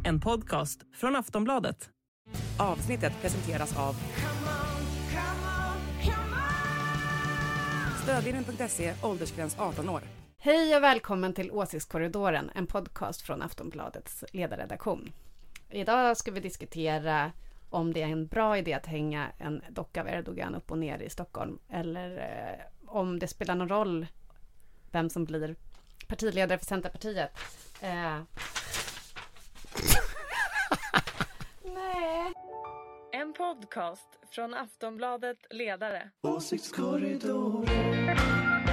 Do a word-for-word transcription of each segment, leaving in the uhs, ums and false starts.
En podcast från Aftonbladet. Avsnittet presenteras av Stödlinjen punkt se, åldersgräns arton år. Hej och välkommen till Åsiktskorridoren, en podcast från Aftonbladets ledarredaktion. Idag ska vi diskutera om det är en bra idé att hänga en docka av Erdogan upp och ner i Stockholm, eller eh, om det spelar någon roll vem som blir partiledare för Centerpartiet. Eh. Nej. En podcast från Aftonbladet Ledare. Åsiktskorridoren.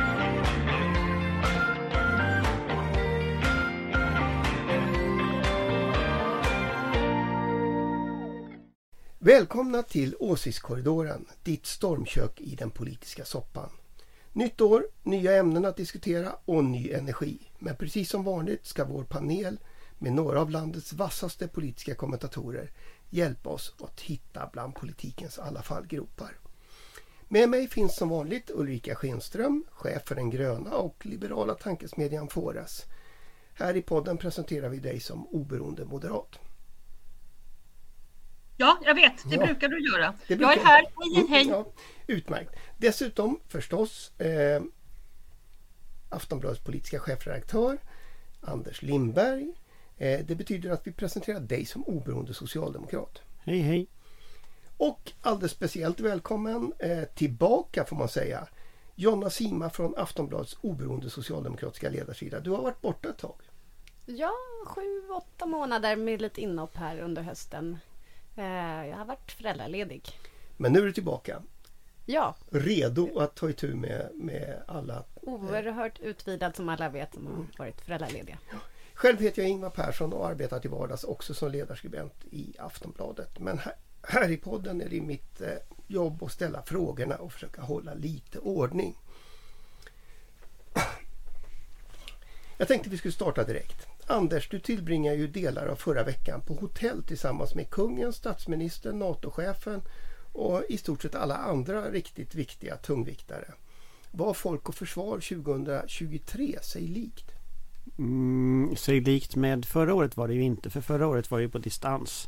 Välkomna till Åsiktskorridoren, ditt stormkök i den politiska soppan. Nytt år, nya ämnen att diskutera och ny energi. Men precis som vanligt ska vår panel med några av landets vassaste politiska kommentatorer hjälpa oss att hitta bland politikens alla fallgropar. Med mig finns som vanligt Ulrika Schenström, chef för den gröna och liberala tankesmedjan Fores. Här i podden presenterar vi dig som oberoende moderat. Ja, jag vet. Det Ja, brukar du göra. det brukar Jag är här. Hej, hej. Ja, utmärkt. Dessutom förstås eh, Aftonbladets politiska chefredaktör Anders Lindberg. Eh, det betyder att vi presenterar dig som oberoende socialdemokrat. Hej hej. Och alldeles speciellt välkommen eh, tillbaka får man säga. Jonna Sima från Aftonbladets oberoende socialdemokratiska ledarsida. Du har varit borta ett tag. Ja, sju, åtta månader med lite inhopp här under hösten. Eh, jag har varit föräldraledig. Men nu är du tillbaka. Ja, Redo att ta itu med, med alla. oerhört utvidad som alla vet som har varit föräldralediga. Själv heter jag Ingvar Persson och arbetar till vardags också som ledarskribent i Aftonbladet. Men här, här i podden är det mitt eh, jobb att ställa frågorna och försöka hålla lite ordning. Jag tänkte vi skulle starta direkt. Anders, du tillbringar ju delar av förra veckan på hotell tillsammans med kungen, statsministern, NATO-chefen och i stort sett alla andra riktigt viktiga tungviktare. Var Folk och Försvar tjugohundratjugotre sig likt? Mm, sig likt med förra året var det ju inte, för förra året var det ju på distans.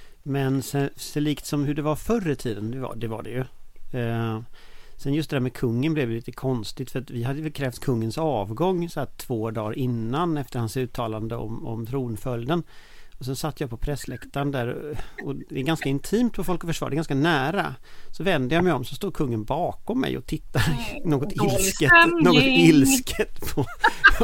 Men så, så likt som hur det var förr i tiden, det var det, var det ju. Eh, sen just det där med kungen blev lite konstigt, för att vi hade väl krävt kungens avgång så här två dagar innan efter hans uttalande om, om tronföljden. Och sen satt jag på pressläktaren där och det är ganska intimt på Folk och Försvar, det är ganska nära. Så vände jag mig om så står kungen bakom mig och tittar något ilsket, något ilsket på,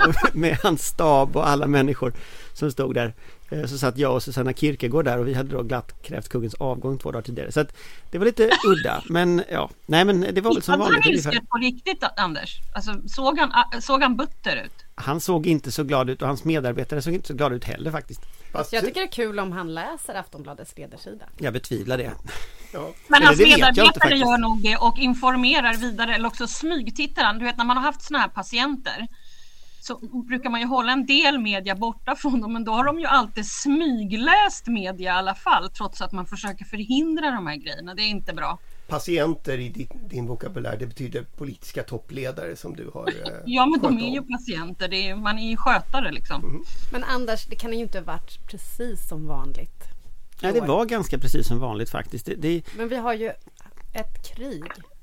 med hans stab och alla människor som stod där. Så satt jag och Susanna Kierkegaard där och vi hade då glatt krävt kungens avgång två dagar tidigare. Så att det var lite udda, men ja, nej men det var väl som vanligt. Var ilsket på riktigt, Anders? Alltså såg han, såg han butter ut? Han såg inte så glad ut och hans medarbetare såg inte så glad ut heller faktiskt. Fast Jag tycker det är kul om han läser Aftonbladets ledarsida. Jag betvivlar det. ja. Men Eller hans det vet jag inte medarbetare faktiskt. gör nog det och informerar vidare, eller också smygtittar han. Du vet, när man har haft såna här patienter så brukar man ju hålla en del media borta från dem, men då har de ju alltid smygläst media i alla fall, trots att man försöker förhindra de här grejerna. Det är inte bra. Patienter i din, din vokabulär, det betyder politiska toppledare som du har eh, Ja, men de skött är ju om. patienter. Det är, man är ju skötare liksom. Mm. Men Anders, det kan ju inte ha varit precis som vanligt. Ja, det var ganska precis som vanligt faktiskt. Det, det, Men vi har ju ett krig.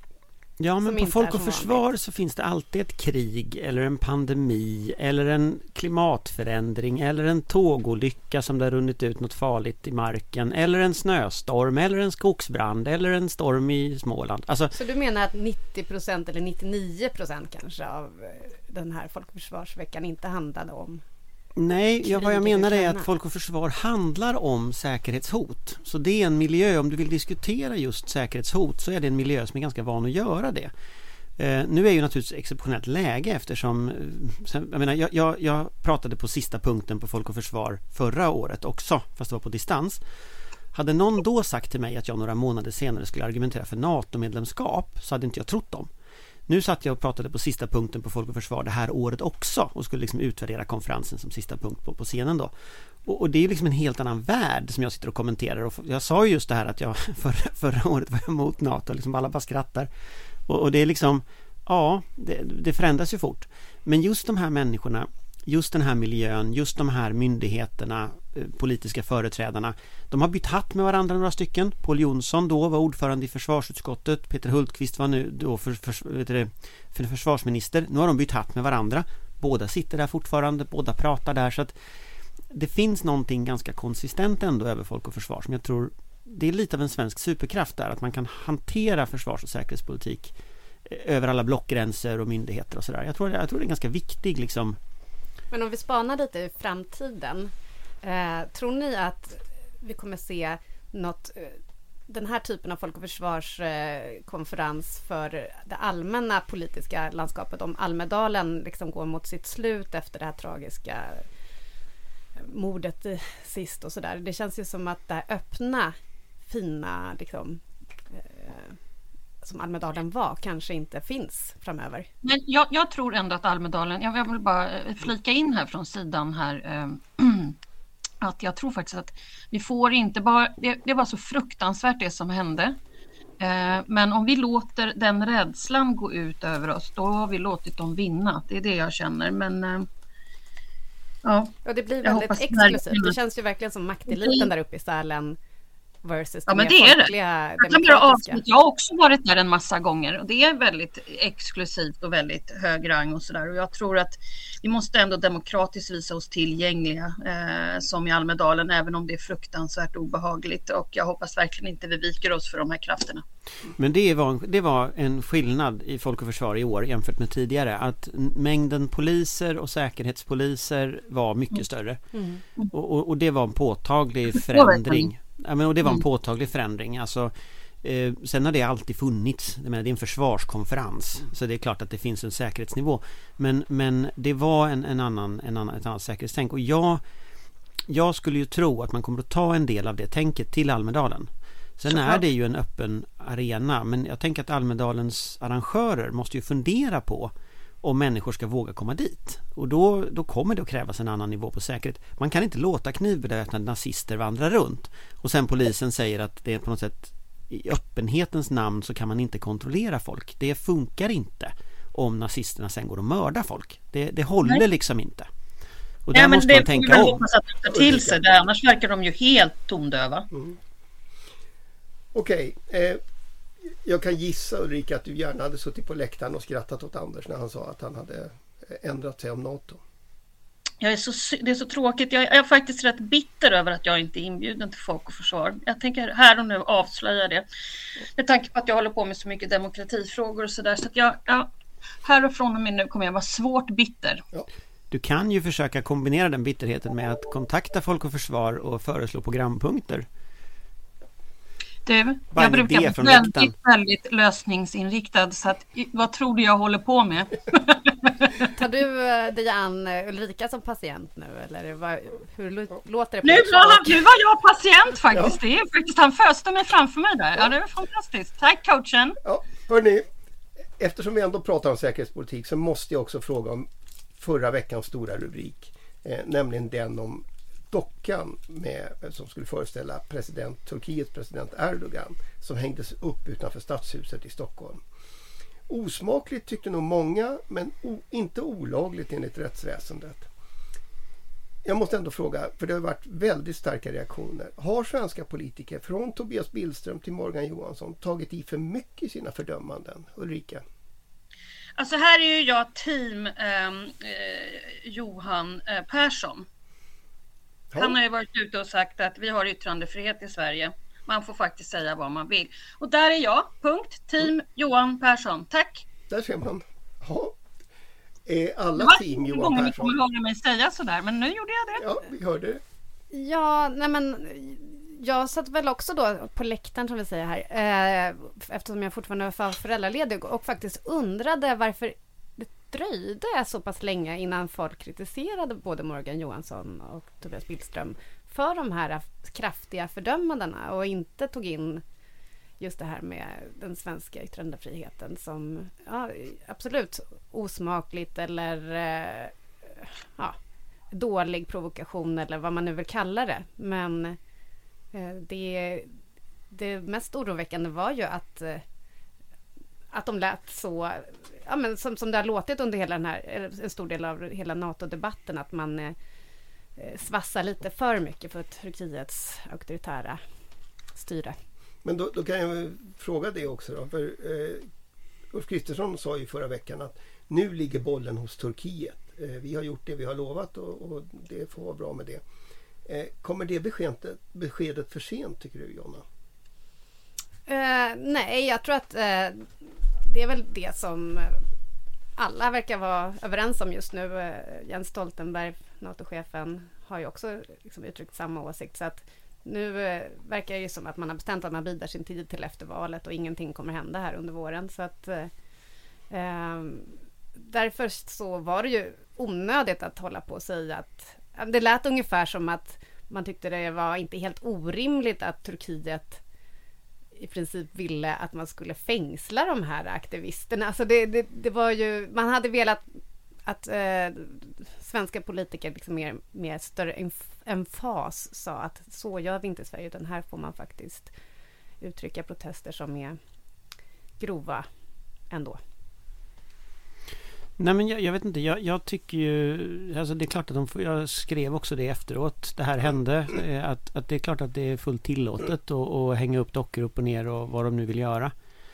ja, men Som på inte Folk är och som Försvar vanligt. så finns det alltid ett krig eller en pandemi eller en klimatförändring eller en tågolycka som det har runnit ut något farligt i marken eller en snöstorm eller en skogsbrand eller en storm i Småland. Alltså, Så du menar att nittio procent eller nittionio procent kanske av eh, den här Folk- och Försvarsveckan inte handlade om? nej, ja, vad jag Kriget i menar är Ukraina. att Folk och Försvar handlar om säkerhetshot. Så det är en miljö, om du vill diskutera just säkerhetshot så är det en miljö som är ganska van att göra det. Eh, nu är ju naturligtvis exceptionellt läge eftersom, eh, sen, jag menar, jag, jag, jag pratade på sista punkten på Folk och Försvar förra året också, fast det var på distans. Hade någon då sagt till mig att jag några månader senare skulle argumentera för NATO-medlemskap så hade inte jag trott dem. Nu satt jag och pratade på sista punkten på Folk och Försvar det här året också och skulle liksom utvärdera konferensen som sista punkt på, på scenen då. Och, och det är liksom en helt annan värld som jag sitter och kommenterar. Och jag sa ju just det här att jag för, förra året var jag emot NATO, liksom alla bara skrattar. Och, och det är liksom, ja, det, det förändras ju fort. Men just de här människorna just den här miljön, just de här myndigheterna, politiska företrädarna, de har bytt hatt med varandra några stycken. Paul Jonsson då var ordförande i försvarsutskottet, Peter Hultqvist var nu då för, för, vet du, för försvarsminister. Nu har de bytt hatt med varandra. Båda sitter där fortfarande, båda pratar där, så att det finns någonting ganska konsistent ändå över Folk och Försvar som jag tror, det är lite av en svensk superkraft där, att man kan hantera försvars- och säkerhetspolitik över alla blockgränser och myndigheter och sådär. Jag tror, jag tror det är ganska viktig liksom. Men om vi spanar lite i framtiden, eh, tror ni att vi kommer se något, eh, den här typen av Folk- och försvarskonferens eh, för det allmänna politiska landskapet, om Almedalen liksom går mot sitt slut efter det här tragiska mordet sist och sådär. Det känns ju som att det här öppna, fina liksom, eh, som Almedalen var, kanske inte finns framöver. Men jag, jag tror ändå att Almedalen, jag vill bara flika in här från sidan här, eh, att jag tror faktiskt att vi får inte bara, det, det var så fruktansvärt det som hände, eh, men om vi låter den rädslan gå ut över oss, då har vi låtit dem vinna. Det är det jag känner, men eh, ja. Och det blir väldigt exklusivt. Det känns ju verkligen som makteliten där uppe i Sälen versus ja, men det är det. Jag kan bara avsluta. Jag har också varit där en massa gånger och det är väldigt exklusivt och väldigt hög rang och sådär. Och jag tror att vi måste ändå demokratiskt visa oss tillgängliga eh, som i Almedalen, även om det är fruktansvärt obehagligt. Och jag hoppas verkligen inte vi viker oss för de här krafterna. Men det var, det var en skillnad i Folk och Försvar i år jämfört med tidigare, att mängden poliser och säkerhetspoliser var mycket mm. större. Mm. Och, och, och det var en påtaglig förändring. Ja, men och det var en påtaglig förändring. Alltså, eh, sen har det alltid funnits. Det är en försvarskonferens, så det är klart att det finns en säkerhetsnivå. Men, men det var en, en annan, en annan, ett annat säkerhetstänk. Och jag, jag skulle ju tro att man kommer att ta en del av det tänket till Almedalen. Sen så är det ju en öppen arena, men jag tänker att Almedalens arrangörer måste ju fundera på om människor ska våga komma dit. Och då, då kommer det att krävas en annan nivå på säkerhet. Man kan inte låta knivbeväpnade nazister vandra runt och sen polisen säger att det är på något sätt i öppenhetens namn så kan man inte kontrollera folk. Det funkar inte om nazisterna sen går och mördar folk. Det, det håller Nej. liksom inte. Och där ja, måste man tänka om. Det hoppas att de tar till sig det, annars verkar de ju helt tondöva. Mm. Okej, okay. eh, jag kan gissa, Ulrika, att du gärna hade suttit på läktaren och skrattat åt Anders när han sa att han hade ändrat sig om NATO. Jag är så, det är så tråkigt. Jag är faktiskt rätt bitter över att jag inte är inbjuden till Folk och Försvar. Jag tänker här och nu avslöja det. Med tanke på att jag håller på med så mycket demokratifrågor och sådär. Så att jag, jag, här och från och med nu kommer jag vara svårt bitter. Ja. Du kan ju försöka kombinera den bitterheten med att kontakta Folk och Försvar och föreslå programpunkter. Du, jag brukar vara väldigt, väldigt lösningsinriktad, så att, vad tror du jag håller på med? Tar du dig an Ulrika som patient nu, eller vad, hur låter det på nu var, nu var jag patient faktiskt, ja. Det är faktiskt, han föste mig framför mig där, ja, ja det var fantastiskt, tack coachen. Ja, hörni, eftersom vi ändå pratar om säkerhetspolitik så måste jag också fråga om förra veckans stora rubrik, eh, nämligen den om dockan med, som skulle föreställa president, Turkiets president Erdogan, som hängdes upp utanför stadshuset i Stockholm. Osmakligt tyckte nog många, men o, inte olagligt enligt rättsväsendet. Jag måste ändå fråga, för det har varit väldigt starka reaktioner. Har svenska politiker från Tobias Billström till Morgan Johansson tagit i för mycket i sina fördömanden? Ulrika? Alltså här är ju jag team eh, Johan eh, Persson. Han har ju varit ute och sagt att vi har yttrandefrihet i Sverige. Man får faktiskt säga vad man vill. Och där är jag, punkt, team mm. Johan Persson. Tack. Där ser man. Ja. Är alla ja, team Johan Persson? Ni kommer höra mig säga sådär, men nu gjorde jag det. Ja, vi hörde. Ja, nej men jag satt väl också då på läktaren som vi säger här. Eh, eftersom jag fortfarande var föräldraledig och faktiskt undrade varför dröjde så pass länge innan folk kritiserade både Morgan Johansson och Tobias Billström för de här kraftiga fördömandena och inte tog in just det här med den svenska yttrandefriheten som ja, absolut osmakligt eller eh, ja, dålig provokation eller vad man nu vill kalla det. Men eh, det, det mest oroväckande var ju att eh, att de lät så, ja, men som, som det har låtit under hela den här, en stor del av hela NATO-debatten, att man eh, svassar lite för mycket för Turkiets auktoritära styre. Men då, då kan jag fråga det också då, för eh, Ulf Kristersson sa ju förra veckan att nu ligger bollen hos Turkiet. Eh, vi har gjort det vi har lovat och, och det får vara bra med det. Eh, kommer det beskedet, beskedet för sent, tycker du, Jonna? Eh, nej, jag tror att eh, det är väl det som alla verkar vara överens om just nu. Eh, Jens Stoltenberg, NATO-chefen, har ju också liksom uttryckt samma åsikt. Så att nu eh, verkar det ju som att man har bestämt att man bidrar sin tid till efter valet och ingenting kommer hända här under våren. Så att eh, eh, därför så var det ju onödigt att hålla på och säga att det lät ungefär som att man tyckte det var inte helt orimligt att Turkiet i princip ville att man skulle fängsla de här aktivisterna. Alltså det, det, det var ju, man hade velat att eh, svenska politiker liksom mer, mer större emfas sa att så gör vi inte i Sverige, utan här får man faktiskt uttrycka protester som är grova ändå. Nej, men jag, jag vet inte, jag, jag tycker ju, alltså det är klart att de får, jag skrev också det efteråt, det här hände, att, att det är klart att det är fullt tillåtet att hänga upp dockor upp och ner och vad de nu vill göra.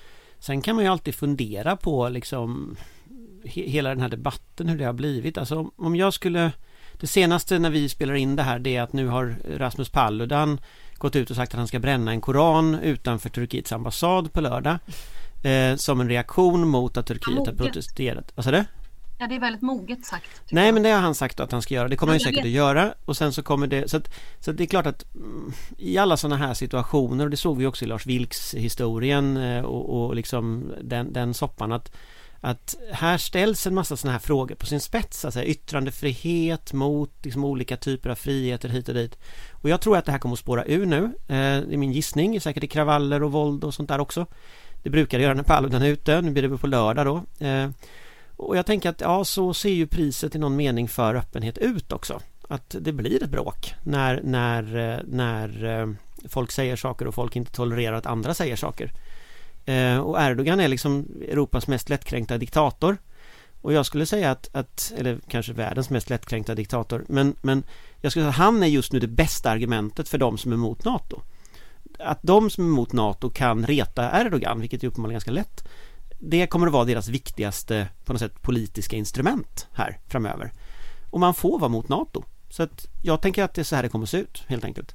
Sen kan man ju alltid fundera på liksom he, hela den här debatten, hur det har blivit. Alltså om jag skulle, det senaste när vi spelar in det här, det är att nu har Rasmus Paludan gått ut och sagt att han ska bränna en koran utanför Turkiets ambassad på lördag. Eh, som en reaktion mot att Turkiet moget. har protesterat. Vad sa du? Ja, det är väldigt moget sagt. Nej, jag. men det har han sagt att han ska göra. Det kommer ja, han ju säkert vet. att göra. Och sen så kommer det... Så, att, så att det är klart att mm, i alla sådana här situationer, och det såg vi också i Lars Vilks historien eh, och, och liksom den, den soppan, att, att här ställs en massa sådana här frågor på sin spets. Alltså yttrandefrihet mot liksom, olika typer av friheter hit och dit. Och jag tror att det här kommer att spåra ur nu. Eh, det är min gissning. Säkert i kravaller och våld och sånt där också. Det brukar göra när Paludan är ute. Nu blir det på lördag då. Eh, och jag tänker att ja, så ser ju priset i någon mening för öppenhet ut också. Att det blir ett bråk när, när, när eh, folk säger saker och folk inte tolererar att andra säger saker. Eh, och Erdogan är liksom Europas mest lättkränkta diktator. Och jag skulle säga att, att eller kanske världens mest lättkränkta diktator. Men, men jag skulle säga att han är just nu det bästa argumentet för de som är emot NATO. Att de som är emot NATO kan reta Erdogan, vilket är uppenbarligen ganska lätt, det kommer att vara deras viktigaste på något sätt politiska instrument här framöver. Och man får vara mot NATO. Så att jag tänker att det är så här det kommer att se ut, helt enkelt.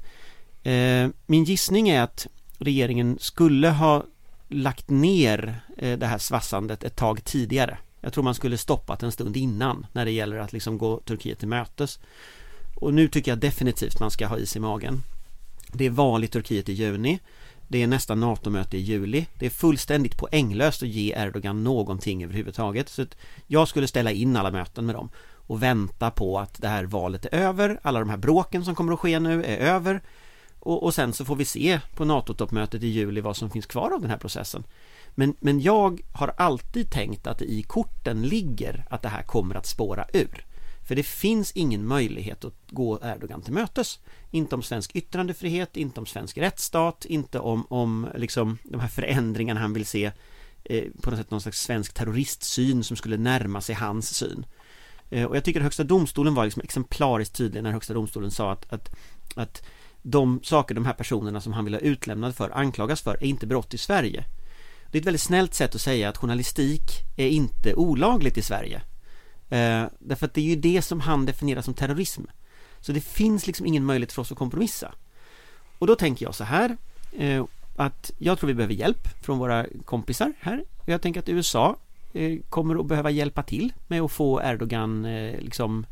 Eh, min gissning är att regeringen skulle ha lagt ner eh, det här svassandet ett tag tidigare. Jag tror man skulle stoppat en stund innan när det gäller att liksom gå Turkiet till mötes. Och nu tycker jag definitivt man ska ha is i magen. Det är val i Turkiet i juni. Det är nästa NATO-möte i juli. Det är fullständigt poänglöst att ge Erdogan någonting överhuvudtaget. Så att jag skulle ställa in alla möten med dem och vänta på att det här valet är över. Alla de här bråken som kommer att ske nu är över. Och, och sen så får vi se på NATO-toppmötet i juli vad som finns kvar av den här processen. Men, men jag har alltid tänkt att i korten ligger att det här kommer att spåra ur. För det finns ingen möjlighet att gå Erdogan till mötes. Inte om svensk yttrandefrihet, inte om svensk rättsstat, inte om, om liksom de här förändringarna han vill se, eh, på något sätt någon slags svensk terroristsyn som skulle närma sig hans syn. Eh, och jag tycker att Högsta domstolen var liksom exemplariskt tydlig när Högsta domstolen sa att, att, att de saker de här personerna som han vill ha utlämnad för, anklagas för, är inte brott i Sverige. Det är ett väldigt snällt sätt att säga att journalistik är inte olagligt i Sverige. Eh, därför att det är ju det som han definierar som terrorism. Så det finns liksom ingen möjlighet för oss att kompromissa. Och då tänker jag så här, eh, att jag tror vi behöver hjälp från våra kompisar här. Jag tänker att U S A eh, kommer att behöva hjälpa till med att få Erdogan eh, liksom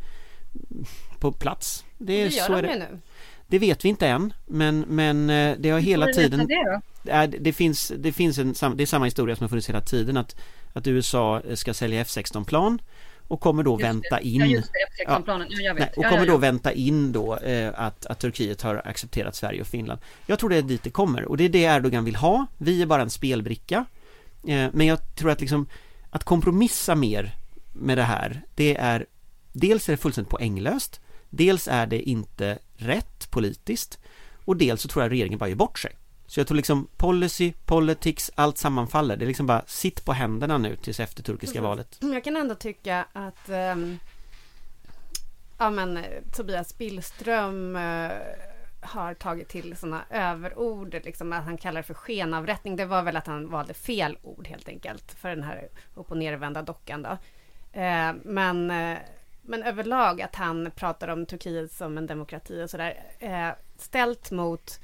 på plats. Det, är, det gör så de är det. nu. Det vet vi inte än, men, men eh, det har hela tiden det, det, det finns, det finns en, det är samma historia som har funnits hela tiden, att, att U S A ska sälja F sexton-plan och kommer då just vänta det. in ja, just det, F sexton-planen. Ja, jag vet. Nej, och ja, kommer ja, ja. då vänta in då eh, att, att Turkiet har accepterat Sverige och Finland. Jag tror det är dit det kommer, och det är det Erdogan vill ha. Vi är bara en spelbricka, eh, men jag tror att liksom att kompromissa mer med det här, det är dels är det fullständigt poänglöst, dels är det inte rätt politiskt, och dels så tror jag regeringen bara gör bort sig. Så jag tror liksom policy, politics, allt sammanfaller. Det är liksom bara sitt på händerna nu tills efter turkiska mm. valet. Jag kan ändå tycka att um, ja, men, Tobias Billström uh, har tagit till sådana överord, liksom att han kallar det för skenavrättning. Det var väl att han valde fel ord helt enkelt för den här upp- och nervända dockan då. Uh, men, uh, men överlag att han pratar om Turkiet som en demokrati och sådär, uh, ställt mot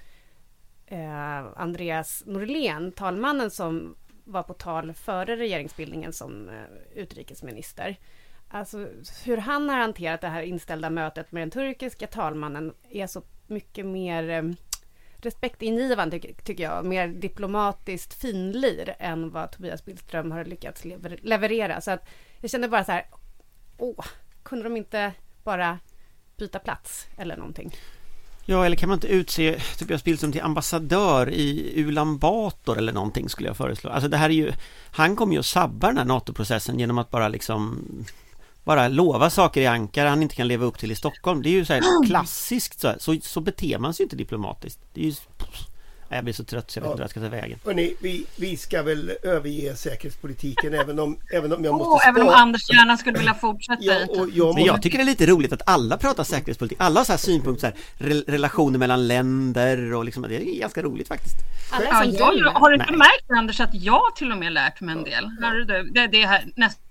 uh, Andreas Norlén, talmannen som var på tal före regeringsbildningen som uh, utrikesminister. Alltså hur han har hanterat det här inställda mötet med den turkiska talmannen är så mycket mer eh, respektingivande ty- tycker jag. Mer diplomatiskt finlir än vad Tobias Billström har lyckats lever- leverera. Så att jag kände bara så här, åh, kunde de inte bara byta plats eller någonting? Ja, eller kan man inte utse Tobias Billström till ambassadör i Ulan Bator eller någonting skulle jag föreslå. Alltså det här är ju, han kommer ju att sabba den här NATO-processen genom att bara liksom bara lova saker i Ankara han inte kan leva upp till i Stockholm. Det är ju så här klassiskt, så, här. så, så beter man sig ju inte diplomatiskt. Det är ju, jag blir så trött så jag vet inte vad jag ska ta vägen. Hörrni, vi, vi ska väl överge säkerhetspolitiken även om, även om jag oh, måste även om Anders gärna skulle vilja fortsätta. ja, och jag måste... Men jag tycker det är lite roligt att alla pratar säkerhetspolitik. Alla har så här synpunkter, så här, re- relationer mellan länder och liksom, det är ganska roligt faktiskt. Alla Ja, som jag, du. har du inte Nej. märkt, Anders, att jag till och med lärt mig en del? Hör du, det, det här nästan.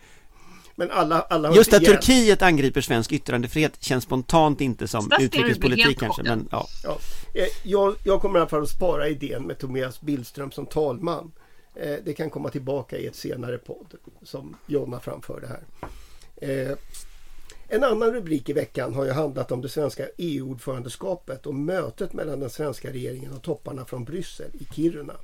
Men alla, alla har Just att ihjäl. Turkiet angriper svensk yttrandefrihet känns spontant inte som Där ser utrikespolitik du helt kanske, men ja. Ja, eh, jag, jag kommer i alla fall att spara idén med Tobias Billström som talman. Eh, det kan komma tillbaka i ett senare podd som Jonna framförde här. Eh, en annan rubrik i veckan har ju handlat om det svenska E U-ordförandeskapet och mötet mellan den svenska regeringen och topparna från Bryssel i Kiruna.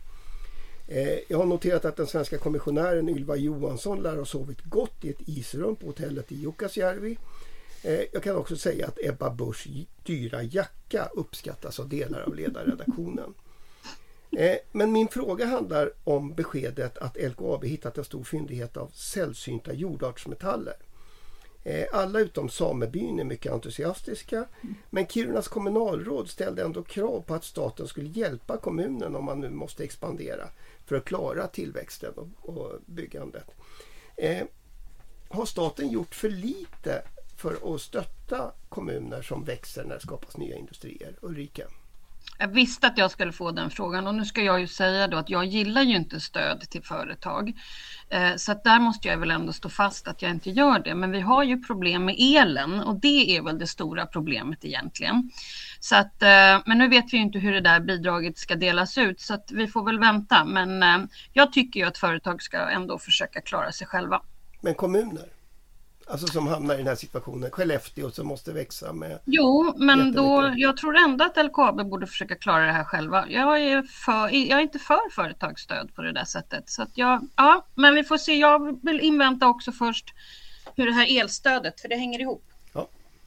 Eh, jag har noterat att den svenska kommissionären Ylva Johansson lär ha sovit gott i ett isrum på hotellet i Jukkasjärvi. Eh, jag kan också säga att Ebba Buschs dyra jacka uppskattas av delar av ledarredaktionen. Eh, men min fråga handlar om beskedet att L K A B hittat en stor fyndighet av sällsynta jordartsmetaller. Eh, alla utom samebyn är mycket entusiastiska, men Kirunas kommunalråd ställde ändå krav på att staten skulle hjälpa kommunen om man nu måste expandera för att klara tillväxten och, och byggandet. Eh, har staten gjort för lite för att stötta kommuner som växer när det skapas nya industrier? Ulrika? Jag visste att jag skulle få den frågan och nu ska jag ju säga då att jag gillar ju inte stöd till företag. Eh, så att där måste jag väl ändå stå fast att jag inte gör det. Men vi har ju problem med elen och det är väl det stora problemet egentligen. Så att, eh, men nu vet vi ju inte hur det där bidraget ska delas ut så att vi får väl vänta. Men eh, jag tycker ju att företag ska ändå försöka klara sig själva. Men kommuner? Alltså som hamnar i den här situationen. Skellefteå som måste växa med... Jo, men då, jag tror ändå att L K A B borde försöka klara det här själva. Jag är, för, jag är inte för företagsstöd på det där sättet. Så att jag, ja, men vi får se. Jag vill invänta också först hur det här elstödet, för det hänger ihop. Ja.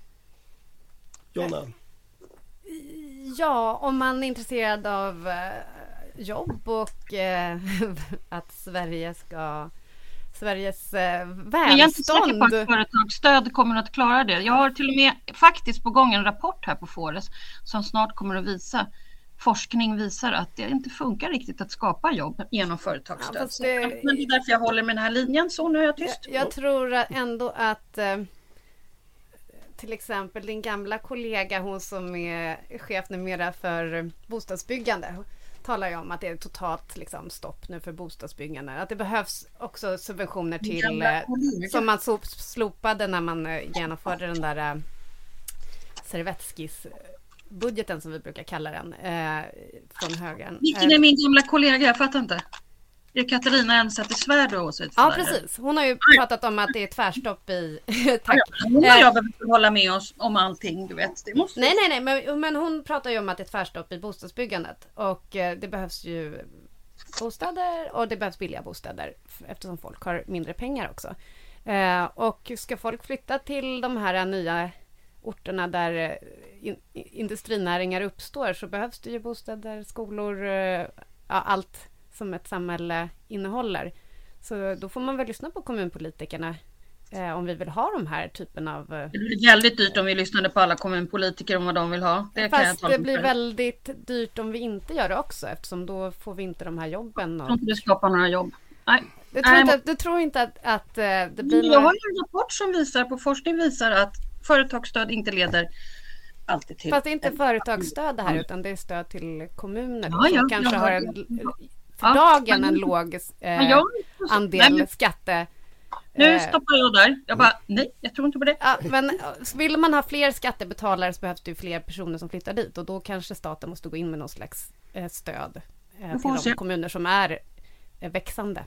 Jonna? Ja, om man är intresserad av eh, jobb och eh, att Sverige ska... Sveriges eh, välstånd. Men jag är inte säker på att företagsstöd kommer att klara det. Jag har till och med faktiskt på gång en rapport här på Fores som snart kommer att visa, forskning visar att det inte funkar riktigt att skapa jobb genom företagsstöd. Ja, det... Men det är därför jag håller med den här linjen, så nu är jag tyst. Jag, jag tror ändå att eh, till exempel din gamla kollega, hon som är chef numera för bostadsbyggande, talar ju om att det är totalt liksom, stopp nu för bostadsbyggande. Att det behövs också subventioner till eh, som man so- slopade när man eh, genomförde den där eh, servettskiss-budgeten som vi brukar kalla den eh, från högern. Vilken är min gamla kollega? Jag fattar inte. Det är Katarina Elmsäter-Svärd och så. Ja, precis. Hon har ju pratat om att det är tvärstopp i... Tack. Ja, hon och jag behöver hålla med oss om allting, du vet. Det måste... Nej, nej, nej. Men, men hon pratar ju om att det är tvärstopp i bostadsbyggandet. Och eh, det behövs ju bostäder och det behövs billiga bostäder eftersom folk har mindre pengar också. Eh, och ska folk flytta till de här nya orterna där in, industrinäringar uppstår så behövs det ju bostäder, skolor, eh, ja, allt som ett samhälle innehåller. Så då får man väl lyssna på kommunpolitikerna eh, om vi vill ha de här typen av... Eh, det blir väldigt dyrt om vi lyssnade på alla kommunpolitiker om vad de vill ha. Det fast kan jag tala det blir för. väldigt dyrt om vi inte gör det också, eftersom då får vi inte de här jobben. Och... Jag tror inte det skapar några jobb. Nej. Du tror Nej, inte, du tror inte att, att eh, det blir... Jag några... har ju en rapport som visar, på forskning visar att företagsstöd inte leder alltid till... Fast det är inte företagsstöd det här, utan det är stöd till kommuner Ja, som ja, kanske ja, har ja. en, för Ja, dagen men- en låg eh, Men jag- andel Nej, men- skatte... Nu eh, stoppar jag där. Jag bara, nej, jag tror inte på det. Ja, men vill man ha fler skattebetalare så behövs det ju fler personer som flyttar dit, och då kanske staten måste gå in med någon slags eh, stöd eh, Vi får till de se. kommuner som är eh, växande.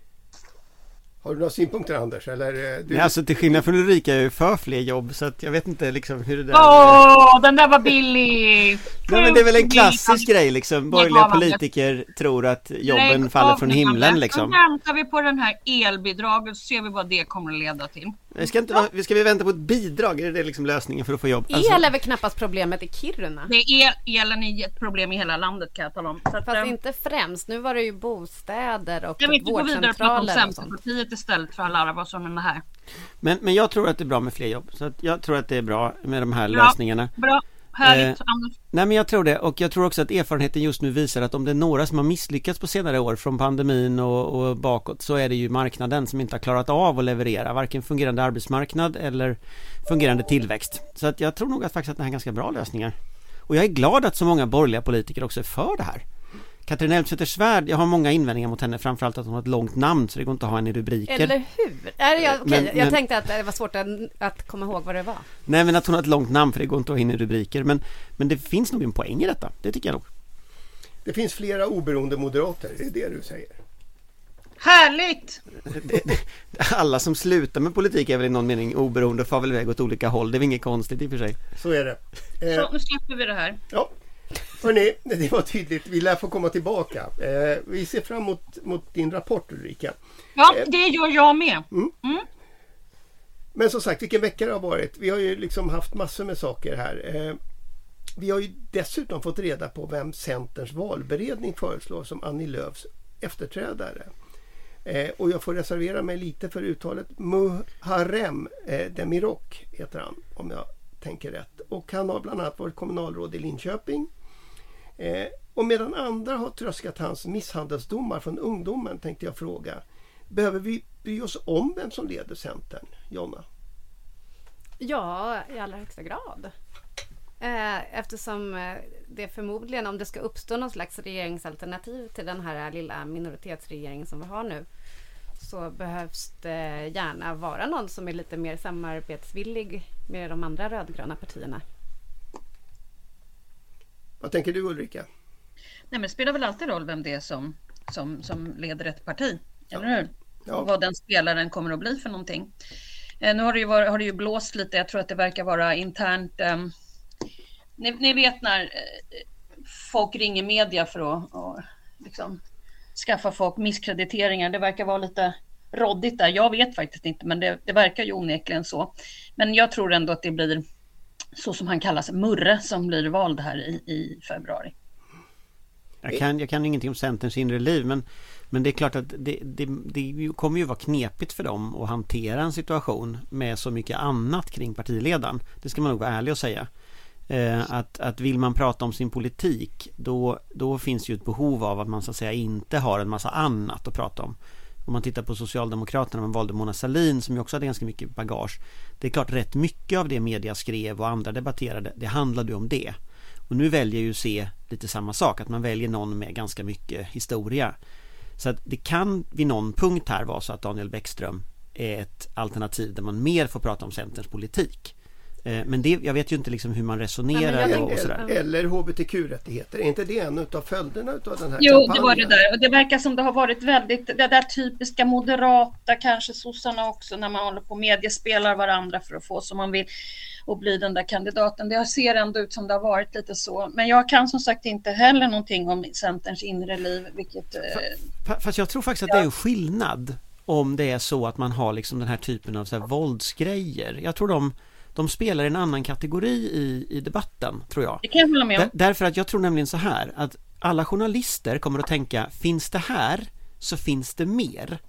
Har du några synpunkter, Anders? Eller, eh, du... Nej, alltså till skillnad från Ulrika är jag ju för fler jobb, så att jag vet inte liksom hur det där... Åh, den där var billig! Nej, men det är väl en klassisk grej liksom. Borgerliga av, Anders. politiker tror att jobben Lägg faller av från nu, himlen Anders. liksom. Då väntar vi på den här elbidraget så ser vi vad det kommer att leda till. Vi ska, inte, vara- ska vi vänta på ett bidrag? Är det liksom lösningen för att få jobb? Alltså, El är väl knappast problemet i Kiruna? Det är el, elen är ett problem i hela landet kan jag tala om. Så att, Fast eh, inte främst. Nu var det ju bostäder och jag vill inte gå vidare och prata om vårdcentraler och sånt. Centerpartiet istället för att lära vad som är det här. men, men jag tror att det är bra med fler jobb. Så att jag tror att det är bra med de här Bra. lösningarna. Bra, härligt Eh, Anders. Nej, men jag tror det, och jag tror också att erfarenheten just nu visar att om det är några som har misslyckats på senare år från pandemin och, och bakåt, så är det ju marknaden som inte har klarat av att leverera varken fungerande arbetsmarknad eller fungerande tillväxt. Så att jag tror nog att faktiskt att det här är ganska bra lösningar. Och jag är glad att så många borgerliga politiker också är för det här. Katarina Elmsäter-Svärd, jag har många invändningar mot henne, framförallt att hon har ett långt namn så det går inte att ha henne i rubriker. Eller hur? Är jag, okej, Men- jag men- tänkte att det var svårt att, att komma ihåg vad det var. Nej, men att hon har ett långt namn, för det går inte att ha in i rubriker. Men, men det finns nog en poäng i detta, det tycker jag nog. Det finns flera oberoende moderater, det är det du säger. Härligt! Det, det, alla som slutar med politik är väl i någon mening oberoende och far väl iväg åt olika håll. Det är väl inget konstigt i och för sig. Så är det. Eh, Så, nu släpper vi det här. ja. Hörrni, det var tydligt. Vi lär få komma tillbaka. Eh, vi ser fram emot mot din rapport, Ulrika. Ja, det gör jag med. Men som sagt, vilken vecka det har varit. Vi har ju liksom haft massor med saker här. Eh, vi har ju dessutom fått reda på vem Centerns valberedning föreslår som Annie Lööfs efterträdare. Eh, och jag får reservera mig lite för uttalet. Muharrem eh, Demirok heter han, om jag tänker rätt. Och han har bland annat varit kommunalråd i Linköping. Eh, och medan andra har tröskat hans misshandelsdomar från ungdomen, tänkte jag fråga. Behöver vi bry oss om vem som leder Centern, Jonna? Ja, i allra högsta grad. Eh, Eftersom eh, det förmodligen, om det ska uppstå någon slags regeringsalternativ till den här lilla minoritetsregeringen som vi har nu, så behövs det gärna vara någon som är lite mer samarbetsvillig med de andra rödgröna partierna. Vad tänker du, Ulrika? Nej, men det spelar väl alltid roll vem det är som, som, som leder ett parti, eller hur? Ja. Och vad den spelaren kommer att bli för någonting. Eh, nu har det, ju varit, har det ju blåst lite, jag tror att det verkar vara internt. Eh, ni, ni vet när eh, folk ringer media för att och, liksom, skaffa folk misskrediteringar. Det verkar vara lite råddigt där. Jag vet faktiskt inte, men det, det verkar ju onekligen så. Men jag tror ändå att det blir så som han kallas, Murre, som blir vald här i, i februari. Jag kan, jag kan ingenting om Centerns inre liv, men, men det är klart att det, det, det kommer ju vara knepigt för dem att hantera en situation med så mycket annat kring partiledaren. Det ska man nog vara ärlig och säga. Eh, att, att vill man prata om sin politik, då, då finns ju ett behov av att man så att säga inte har en massa annat att prata om. Om man tittar på Socialdemokraterna, man valde Mona Sahlin som ju också hade ganska mycket bagage. Det är klart, rätt mycket av det media skrev och andra debatterade, det handlade om det. Och nu väljer ju se lite samma sak, att man väljer någon med ganska mycket historia. Så att det kan vid någon punkt här vara så att Daniel Bäckström är ett alternativ där man mer får prata om Centerns politik. Men det, jag vet ju inte liksom hur man resonerar. Nej, och, och tänker, sådär. Eller H B T Q-rättigheter. Är inte det en av följderna av den här Jo, kampanjen? det var det där. Och det verkar som det har varit väldigt, det där typiska moderata, kanske sossarna också, när man håller på mediespelar varandra för att få som man vill och bli den där kandidaten. Det ser ändå ut som det har varit lite så. Men jag kan som sagt inte heller någonting om Centerns inre liv, vilket... Eh, Fast jag tror faktiskt att det är en skillnad om det är så att man har liksom den här typen av så här våldsgrejer. Jag tror de De spelar en annan kategori i, i debatten, tror jag. det kan jag hålla med om. Där, därför att jag tror nämligen så här, att alla journalister kommer att tänka, finns det här så finns det mer.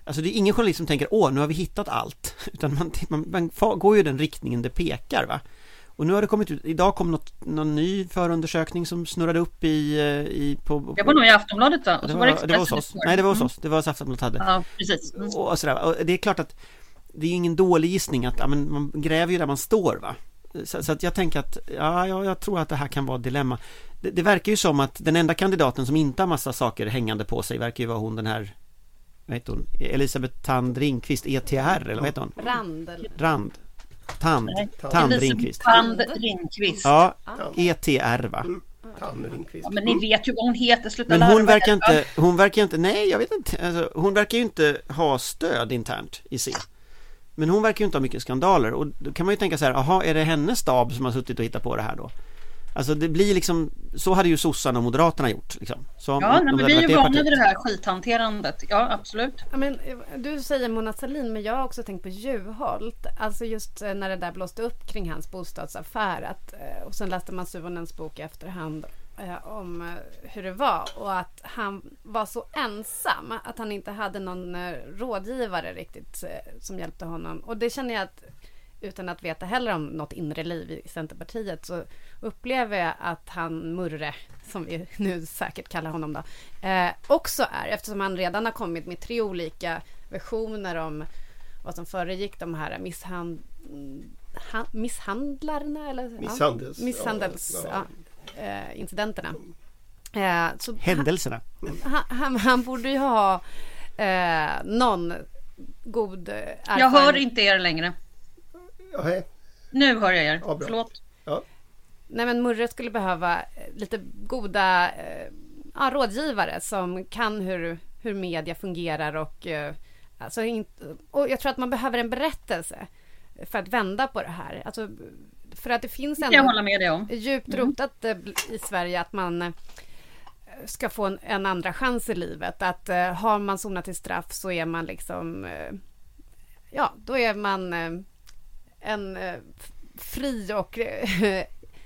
Alltså det är ingen journalist som tänker, åh nu har vi hittat allt. Utan man, man, man går ju den riktningen det pekar, va. Och nu har det kommit ut, idag kom något, någon ny förundersökning som snurrade upp i, i på, det var nog i Aftonbladet, va? Och det, så var, var det, det var hos oss. Nej, det var hos oss. Det var så Aftonbladet hade. Ja, precis. Mm. Och, och, sådär. Och det är klart att det är ingen dålig gissning att ja, men man gräver ju där man står, va. Så, så att jag tänker att ja, jag, jag tror att det här kan vara ett dilemma. Det, det verkar ju som att den enda kandidaten som inte har massa saker hängande på sig verkar ju vara hon den här, vad heter hon? Elisabeth Tand Ringqvist, E T R eller vad heter hon? Rand. Rand. Tand. Nej. Tand Ringqvist. Tand Ringqvist. Ja, E T R, va? Mm. Tand Ringqvist. Ja, men ni vet ju vad hon heter. Sluta Men lära hon mig verkar detta. inte, hon verkar inte, nej jag vet inte, alltså, hon verkar ju inte ha stöd internt i C. Men hon verkar ju inte ha mycket skandaler. Och då kan man ju tänka så här, aha, är det hennes stab som har suttit och hittat på det här då? Alltså det blir liksom, så hade ju sossarna och moderaterna gjort liksom. Så Ja, om, nej, om men det vi hade är ju varit vana det vid det här skithanterandet. Ja, absolut. Ja, men, du säger Mona Sahlin, men jag har också tänkt på Juholt. Alltså just eh, när det där blåste upp kring hans bostadsaffär. Att, eh, och sen läste man Suhonens bok i efterhand eh, om eh, hur det var. Och att han var så ensam att han inte hade någon eh, rådgivare riktigt eh, som hjälpte honom. Och det känner jag att, utan att veta heller om något inre liv i Centerpartiet, så upplever jag att han Murre, som vi nu säkert kallar honom då, eh, också är, eftersom han redan har kommit med tre olika versioner om vad som föregick de här misshand, ha, misshandlarna eller Misshandels, ja, misshandels ja, ja, eh, incidenterna. Eh, så händelserna. Han, han, han, han borde ju ha eh, någon god erfarenhet. Jag hör inte er längre. Ja, hej. Nu hör jag er. Ja, bra. Förlåt. Ja. Nej, men Murre skulle behöva lite goda eh, ja, rådgivare som kan hur, hur media fungerar och, eh, alltså inte, och jag tror att man behöver en berättelse för att vända på det här. Alltså, för att det finns Det kan jag hålla med dig om. djupt rotat eh, i Sverige att man eh, ska få en, en andra chans i livet. Att eh, har man sonat till straff så är man liksom eh, ja, då är man eh, en eh, fri och eh,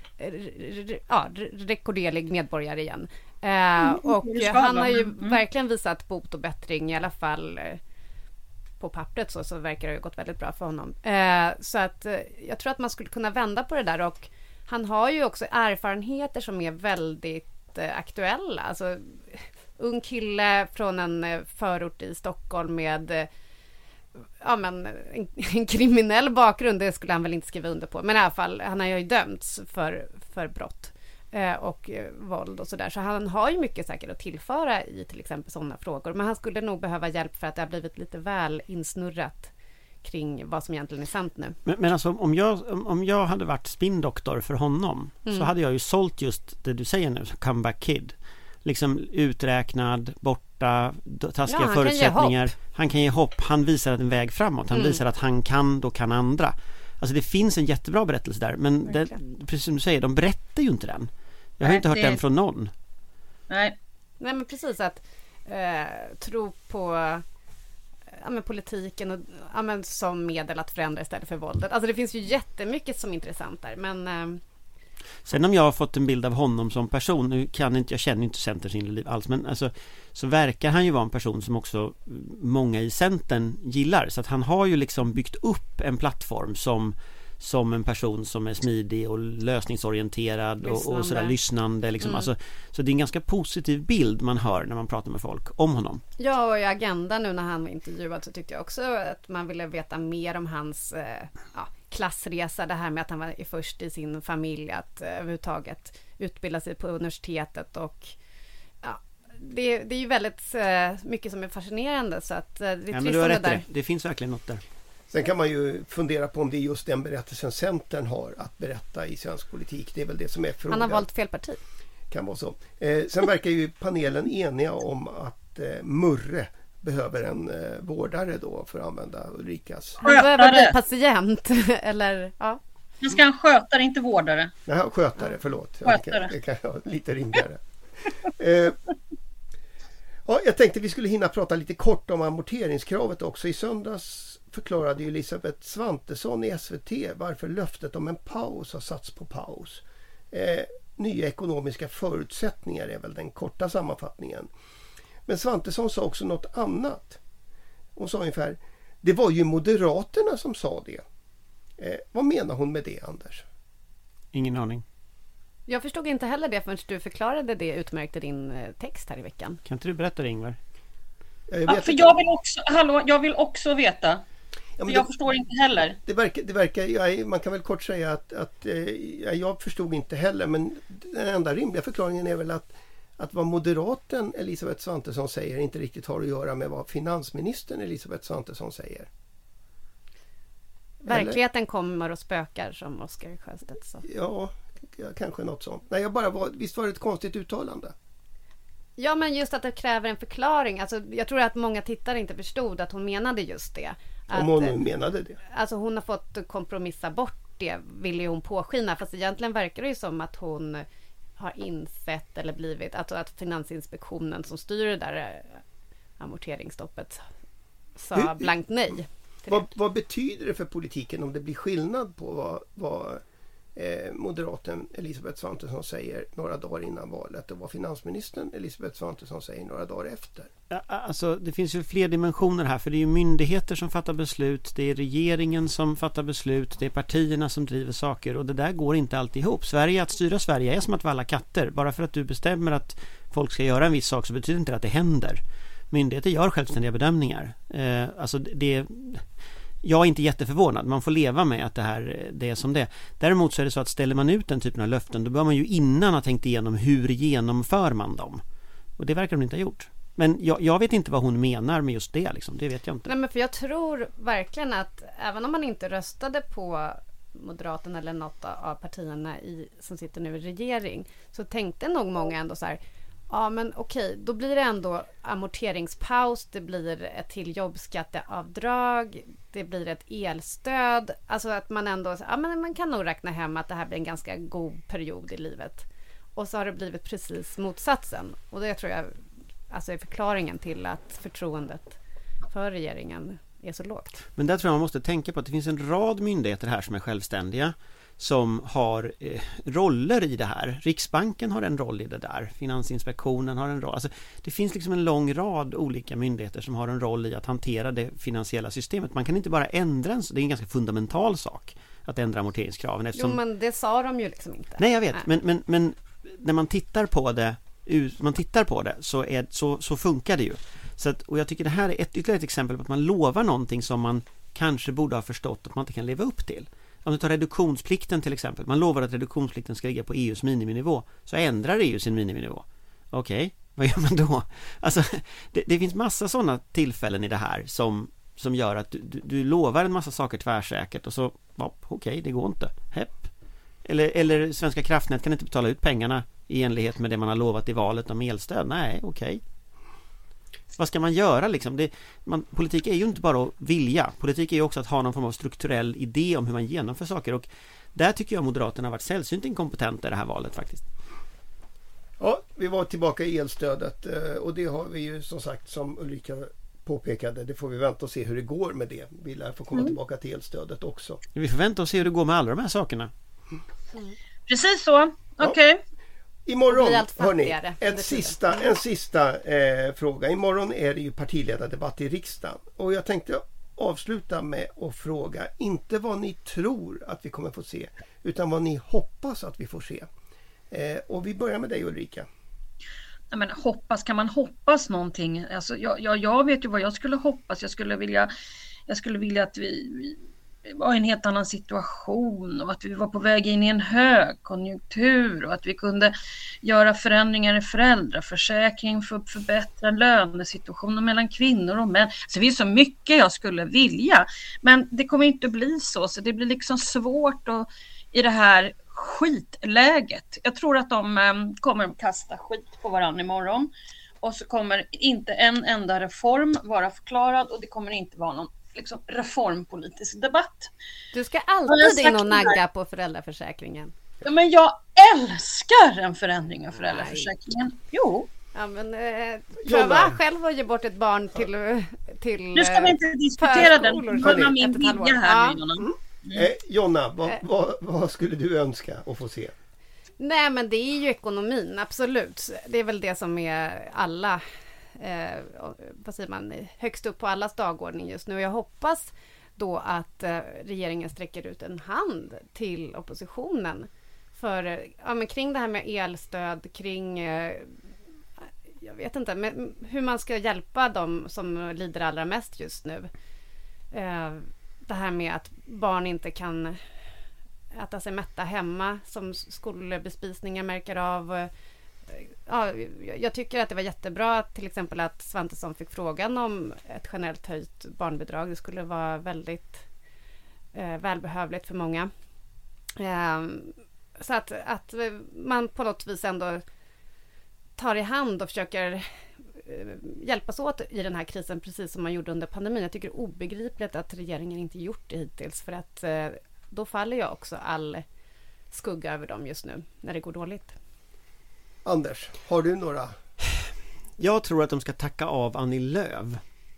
ja, rekorderlig medborgare igen. Eh, och han har ju mm. verkligen visat bot och bättring, i alla fall eh, på pappret så, så verkar det ha gått väldigt bra för honom. Eh, så att eh, jag tror att man skulle kunna vända på det där, och han har ju också erfarenheter som är väldigt eh, aktuella. Alltså ung kille från en eh, förort i Stockholm med eh, ja, men en, en kriminell bakgrund, det skulle han väl inte skriva under på. Men i alla fall, han har ju dömts för, för brott eh, och eh, våld och sådär. Så han har ju mycket säkert att tillföra i till exempel sådana frågor. Men han skulle nog behöva hjälp för att det har blivit lite väl insnurrat kring vad som egentligen är sant nu. Men, men alltså om jag, om jag hade varit spindoktor för honom mm. så hade jag ju sålt just det du säger nu, comeback kid. Liksom uträknad, borta, taskiga ja, han förutsättningar. Kan han kan ge hopp. Han visar en väg framåt. Han mm. visar att han kan, då kan andra. Alltså det finns en jättebra berättelse där. Men det, precis som du säger, de berättar ju inte den. Jag har Nej, inte hört det... den från någon. Nej. Nej, men precis att eh, tro på ja, men politiken och, ja, men som medel att förändra istället för våldet. Alltså det finns ju jättemycket som är intressant där. Men... Eh, Sen om jag har fått en bild av honom som person, nu kan inte, jag känner inte Centerns inre liv alls, men alltså, så verkar han ju vara en person som också många i Centern gillar. Så att han har ju liksom byggt upp en plattform som, som en person som är smidig och lösningsorienterad och, och sådär lyssnande. Liksom. Mm. Alltså, så det är en ganska positiv bild man hör när man pratar med folk om honom. Ja, och i Agenda nu när han var intervjuad så tyckte jag också att man ville veta mer om hans eh, ja, klassresa. Det här med att han var först i sin familj att eh, överhuvudtaget utbilda sig på universitetet. Och ja, det, det är ju väldigt eh, mycket som är fascinerande. Så att, eh, det är ja, men du har rätt där. det. Det finns verkligen något där. Sen kan man ju fundera på om det är just den berättelsen Centern har att berätta i svensk politik. Det är väl det som är frågan. Han har valt fel parti. Kan vara så. Eh, sen verkar ju panelen eniga om att eh, Murre behöver en eh, vårdare då för att använda Ulrikas. Han behöver bli patient eller ja. Nu ska han skötare, inte vårdare. Nej, skötare, förlåt. Skötare. Det kan vara lite rimligare. eh, ja, jag tänkte vi skulle hinna prata lite kort om amorteringskravet också. I söndags förklarade ju Elisabeth Svantesson i S V T varför löftet om en paus har satts på paus. Eh, nya ekonomiska förutsättningar är väl den korta sammanfattningen. Men Svantesson sa också något annat. Hon sa ungefär, det var ju Moderaterna som sa det. Eh, vad menar hon med det, Anders? Ingen aning. Jag förstod inte heller det förrän du förklarade det utmärkt i din text här i veckan. Kan inte du berätta det, Ingvar? Jag, ja, för jag vill också, hallå, jag vill också veta. Ja, men för jag det, förstår inte heller. Det verkar, det verkar jag, man kan väl kort säga att, att eh, jag förstod inte heller, men den enda rimliga förklaringen är väl att, att vad moderaten Elisabeth Svantesson säger inte riktigt har att göra med vad finansministern Elisabeth Svantesson säger. Verkligheten Eller? kommer och spökar, som Oskar Sjöstedt sa. Ja, kanske något sånt. Nej, jag bara var, visst var det ett konstigt uttalande? Ja, men just att det kräver en förklaring. Alltså, jag tror att många tittare inte förstod att hon menade just det. Om hon att, menade det. Alltså hon har fått kompromissa bort det, vill ju hon påskina. Fast egentligen verkar det ju som att hon har insett eller blivit, alltså att Finansinspektionen som styr det där amorteringsstoppet sa Hur, blankt nej. Vad, vad betyder det för politiken om det blir skillnad på vad, vad eh, moderaten Elisabeth Svantesson säger några dagar innan valet och vad finansministern Elisabeth Svantesson säger några dagar efter? Ja, alltså det finns ju fler dimensioner här, för det är ju myndigheter som fattar beslut, det är regeringen som fattar beslut, det är partierna som driver saker, och det där går inte alltid ihop. Sverige, att styra Sverige är som att valla katter. Bara för att du bestämmer att folk ska göra en viss sak så betyder inte det att det händer. Myndigheter gör självständiga bedömningar. Eh, alltså det, jag är inte jätteförvånad. Man får leva med att det här det är som det. Däremot så är det så att ställer man ut den typen av löften, då bör man ju innan ha tänkt igenom hur genomför man dem. Och det verkar de inte ha gjort. Men jag, jag vet inte vad hon menar med just det. Liksom. Det vet jag inte. Nej, men för jag tror verkligen att även om man inte röstade på Moderaterna eller något av partierna i, som sitter nu i regering, så tänkte nog många ändå så här: ja, men okej, då blir det ändå amorteringspaus, det blir ett till jobbskatteavdrag, det blir ett elstöd. Alltså att man ändå, ja, men man kan nog räkna hem att det här blir en ganska god period i livet. Och så har det blivit precis motsatsen. Och det tror jag alltså är förklaringen till att förtroendet för regeringen är så lågt. Men där tror jag man måste tänka på att det finns en rad myndigheter här som är självständiga, som har eh, roller i det här. Riksbanken har en roll i det där. Finansinspektionen har en roll. Alltså, det finns liksom en lång rad olika myndigheter som har en roll i att hantera det finansiella systemet. Man kan inte bara ändra en, det är en ganska fundamental sak att ändra amorteringskraven. Eftersom... Jo, men det sa de ju liksom inte. Nej, jag vet. Men, men, men när man tittar på det man tittar på det så, är, så, så funkar det ju. Så att, och jag tycker det här är ett ytterligare ett exempel på att man lovar någonting som man kanske borde ha förstått att man inte kan leva upp till. Om du tar reduktionsplikten till exempel. Man lovar att reduktionsplikten ska ligga på E U:s miniminivå. Så ändrar E U sin miniminivå. Okej, okay, vad gör man då? Alltså, det, det finns massa sådana tillfällen i det här som, som gör att du, du, du lovar en massa saker tvärsäkert och så, ja, okej, okay, det går inte. Hepp. Eller, eller Svenska kraftnät kan inte betala ut pengarna i enlighet med det man har lovat i valet om elstöd. Nej, okej. Okay. Vad ska man göra liksom? Det, man, politik är ju inte bara att vilja. Politik är ju också att ha någon form av strukturell idé om hur man genomför saker. Och där tycker jag Moderaterna har varit sällsynt inkompetenta i det här valet faktiskt. Ja, vi var tillbaka i elstödet. Och det har vi ju som sagt, som Ulrika påpekade, det får vi vänta och se hur det går med det. Vi lär få komma mm. tillbaka till elstödet också. Vi får vänta och se hur det går med alla de här sakerna. Mm. Precis så. Okej. Okay. Imorgon, hörni, en sista, en sista eh, fråga. Imorgon är det ju partiledardebatt i riksdagen. Och jag tänkte avsluta med att fråga, inte vad ni tror att vi kommer få se, utan vad ni hoppas att vi får se. Eh, och vi börjar med dig, Ulrika. Nej, men hoppas, kan man hoppas någonting? Alltså, jag, jag, jag vet ju vad jag skulle hoppas. Jag skulle vilja, jag skulle vilja att vi... vi var i en helt annan situation och att vi var på väg in i en högkonjunktur och att vi kunde göra förändringar i föräldraförsäkring för att förbättra lönesituationen mellan kvinnor och män. Så det är så mycket jag skulle vilja, men det kommer inte att bli så, så det blir liksom svårt att, i det här skitläget. Jag tror att de um, kommer att kasta skit på varandra imorgon och så kommer inte en enda reform vara förklarad och det kommer inte vara någon liksom reformpolitisk debatt. Du ska alltid in och nagga på föräldraförsäkringen. Ja, men jag älskar en förändring av föräldraförsäkringen. Nej. Jo. Ja, men eh, pröva själv att ge bort ett barn till till nu ska vi inte diskutera den. Hörna min vilja här. Ja. Mm. Mm. Eh, Jonna, vad, vad, vad skulle du önska att få se? Nej, men det är ju ekonomin, absolut. Det är väl det som är alla eh, vad säger man, högst upp på allas dagordning just nu. Och jag hoppas då att eh, regeringen sträcker ut en hand till oppositionen för, ja, men kring det här med elstöd, kring eh, jag vet inte, men hur man ska hjälpa dem som lider allra mest just nu. Eh, det här med att barn inte kan äta sig mätta hemma som skolbespisningar märker av. Ja, jag tycker att det var jättebra till exempel att Svantesson fick frågan om ett generellt höjt barnbidrag. Det skulle vara väldigt eh, välbehövligt för många. Eh, så att, att man på något vis ändå tar i hand och försöker eh, hjälpas åt i den här krisen precis som man gjorde under pandemin. Jag tycker det är obegripligt att regeringen inte gjort det hittills, för att eh, då faller ju också all skugga över dem just nu när det går dåligt. Anders, har du några? Jag tror att de ska tacka av Annie Lööf.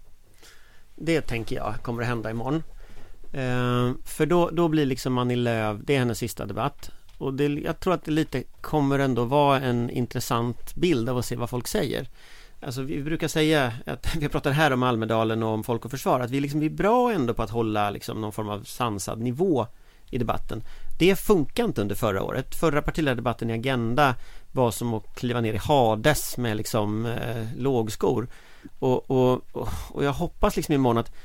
Det tänker jag kommer att hända imorgon. Eh, för då, då blir liksom Annie Lööf, det är hennes sista debatt. Och det, jag tror att det lite kommer ändå vara en intressant bild av att se vad folk säger. Alltså vi brukar säga att vi pratar här om Almedalen och om Folk och Försvar, att vi, liksom, vi är bra ändå på att hålla liksom, någon form av sansad nivå i debatten. Det funkar inte under förra året. Förra partiledardebatten i Agenda var som att kliva ner i Hades med liksom, eh, lågskor. Och, och, och, och jag hoppas liksom imorgon att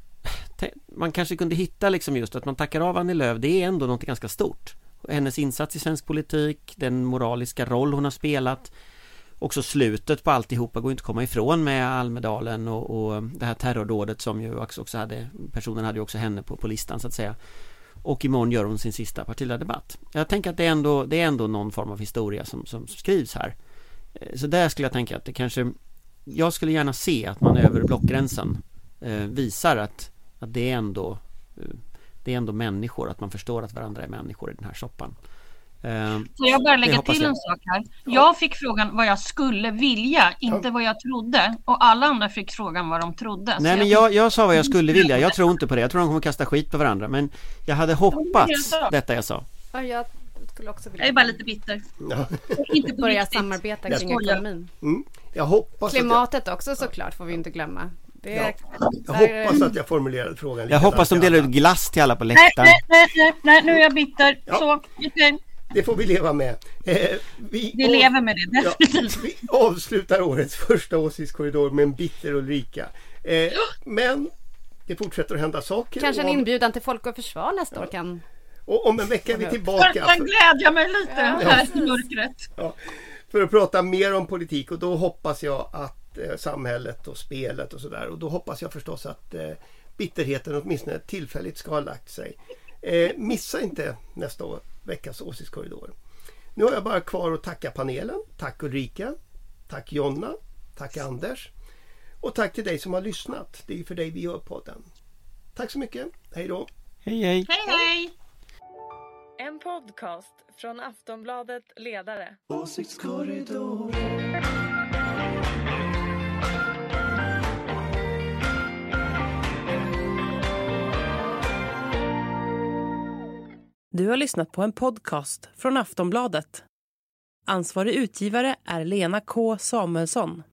man kanske kunde hitta liksom just att man tackar av Annie Lööf. Det är ändå något ganska stort. Hennes insats i svensk politik, den moraliska roll hon har spelat, också slutet på alltihopa går inte att komma ifrån med Almedalen och, och det här terrordådet som ju också hade, personen hade ju också henne på, på listan så att säga. Och imorgon gör hon sin sista partiledardebatt. Jag tänker att det är ändå, det är ändå någon form av historia som, som skrivs här. Så där skulle jag tänka att det kanske, jag skulle gärna se att man över blockgränsen eh, visar att, att det är ändå eh, det är ändå människor, att man förstår att varandra är människor i den här soppan. Eh, Så jag bara lägga till jag. en sak här. Jag fick frågan vad jag skulle vilja, inte vad jag trodde. Och alla andra fick frågan vad de trodde. Nej, men jag, jag sa vad jag skulle vilja. Jag tror inte på det. Jag tror de kommer kasta skit på varandra. Men jag hade hoppats detta jag sa. Ja, jag skulle också vilja. Jag är bara lite bitter. Ja. Inte på börja riktigt. samarbeta Jag kring skojar. ekonomin. Mm. Jag hoppas Klimatet att jag, också såklart får vi inte glömma. Det ja. är, jag där, hoppas att jag formulerade frågan Jag likadant hoppas de till delar alla. ut glass till alla på Nej, läktaren. nej, nej, nej, nej, nu är jag bitter. Ja. Så, okay. Det får vi leva med. Eh, vi Vi av- lever med det, Ja, definitivt. vi avslutar årets första åsiktskorridor med en bitter Ulrika. Eh, men det fortsätter att hända saker. kanske en och, om, inbjudan till Folk och Försvar nästa år kan... och om en vecka är vi Jag tillbaka kan glädja mig lite här i mörkret. för, för att prata mer om politik. Och då hoppas jag att eh, samhället och spelet och sådär. Och då hoppas jag förstås att eh, bitterheten åtminstone tillfälligt ska ha lagt sig. Eh, missa inte nästa år, veckas åsiktskorridor. Nu har jag bara kvar att tacka panelen. Tack Ulrika. Tack Jonna. Tack Anders. Och tack till dig som har lyssnat. Det är för dig vi gör podden. Tack så mycket. Hej då. Hej hej. Hej, hej! En podcast från Aftonbladet Ledare. Du har lyssnat på en podcast från Aftonbladet. Ansvarig utgivare är Lena K. Samuelsson.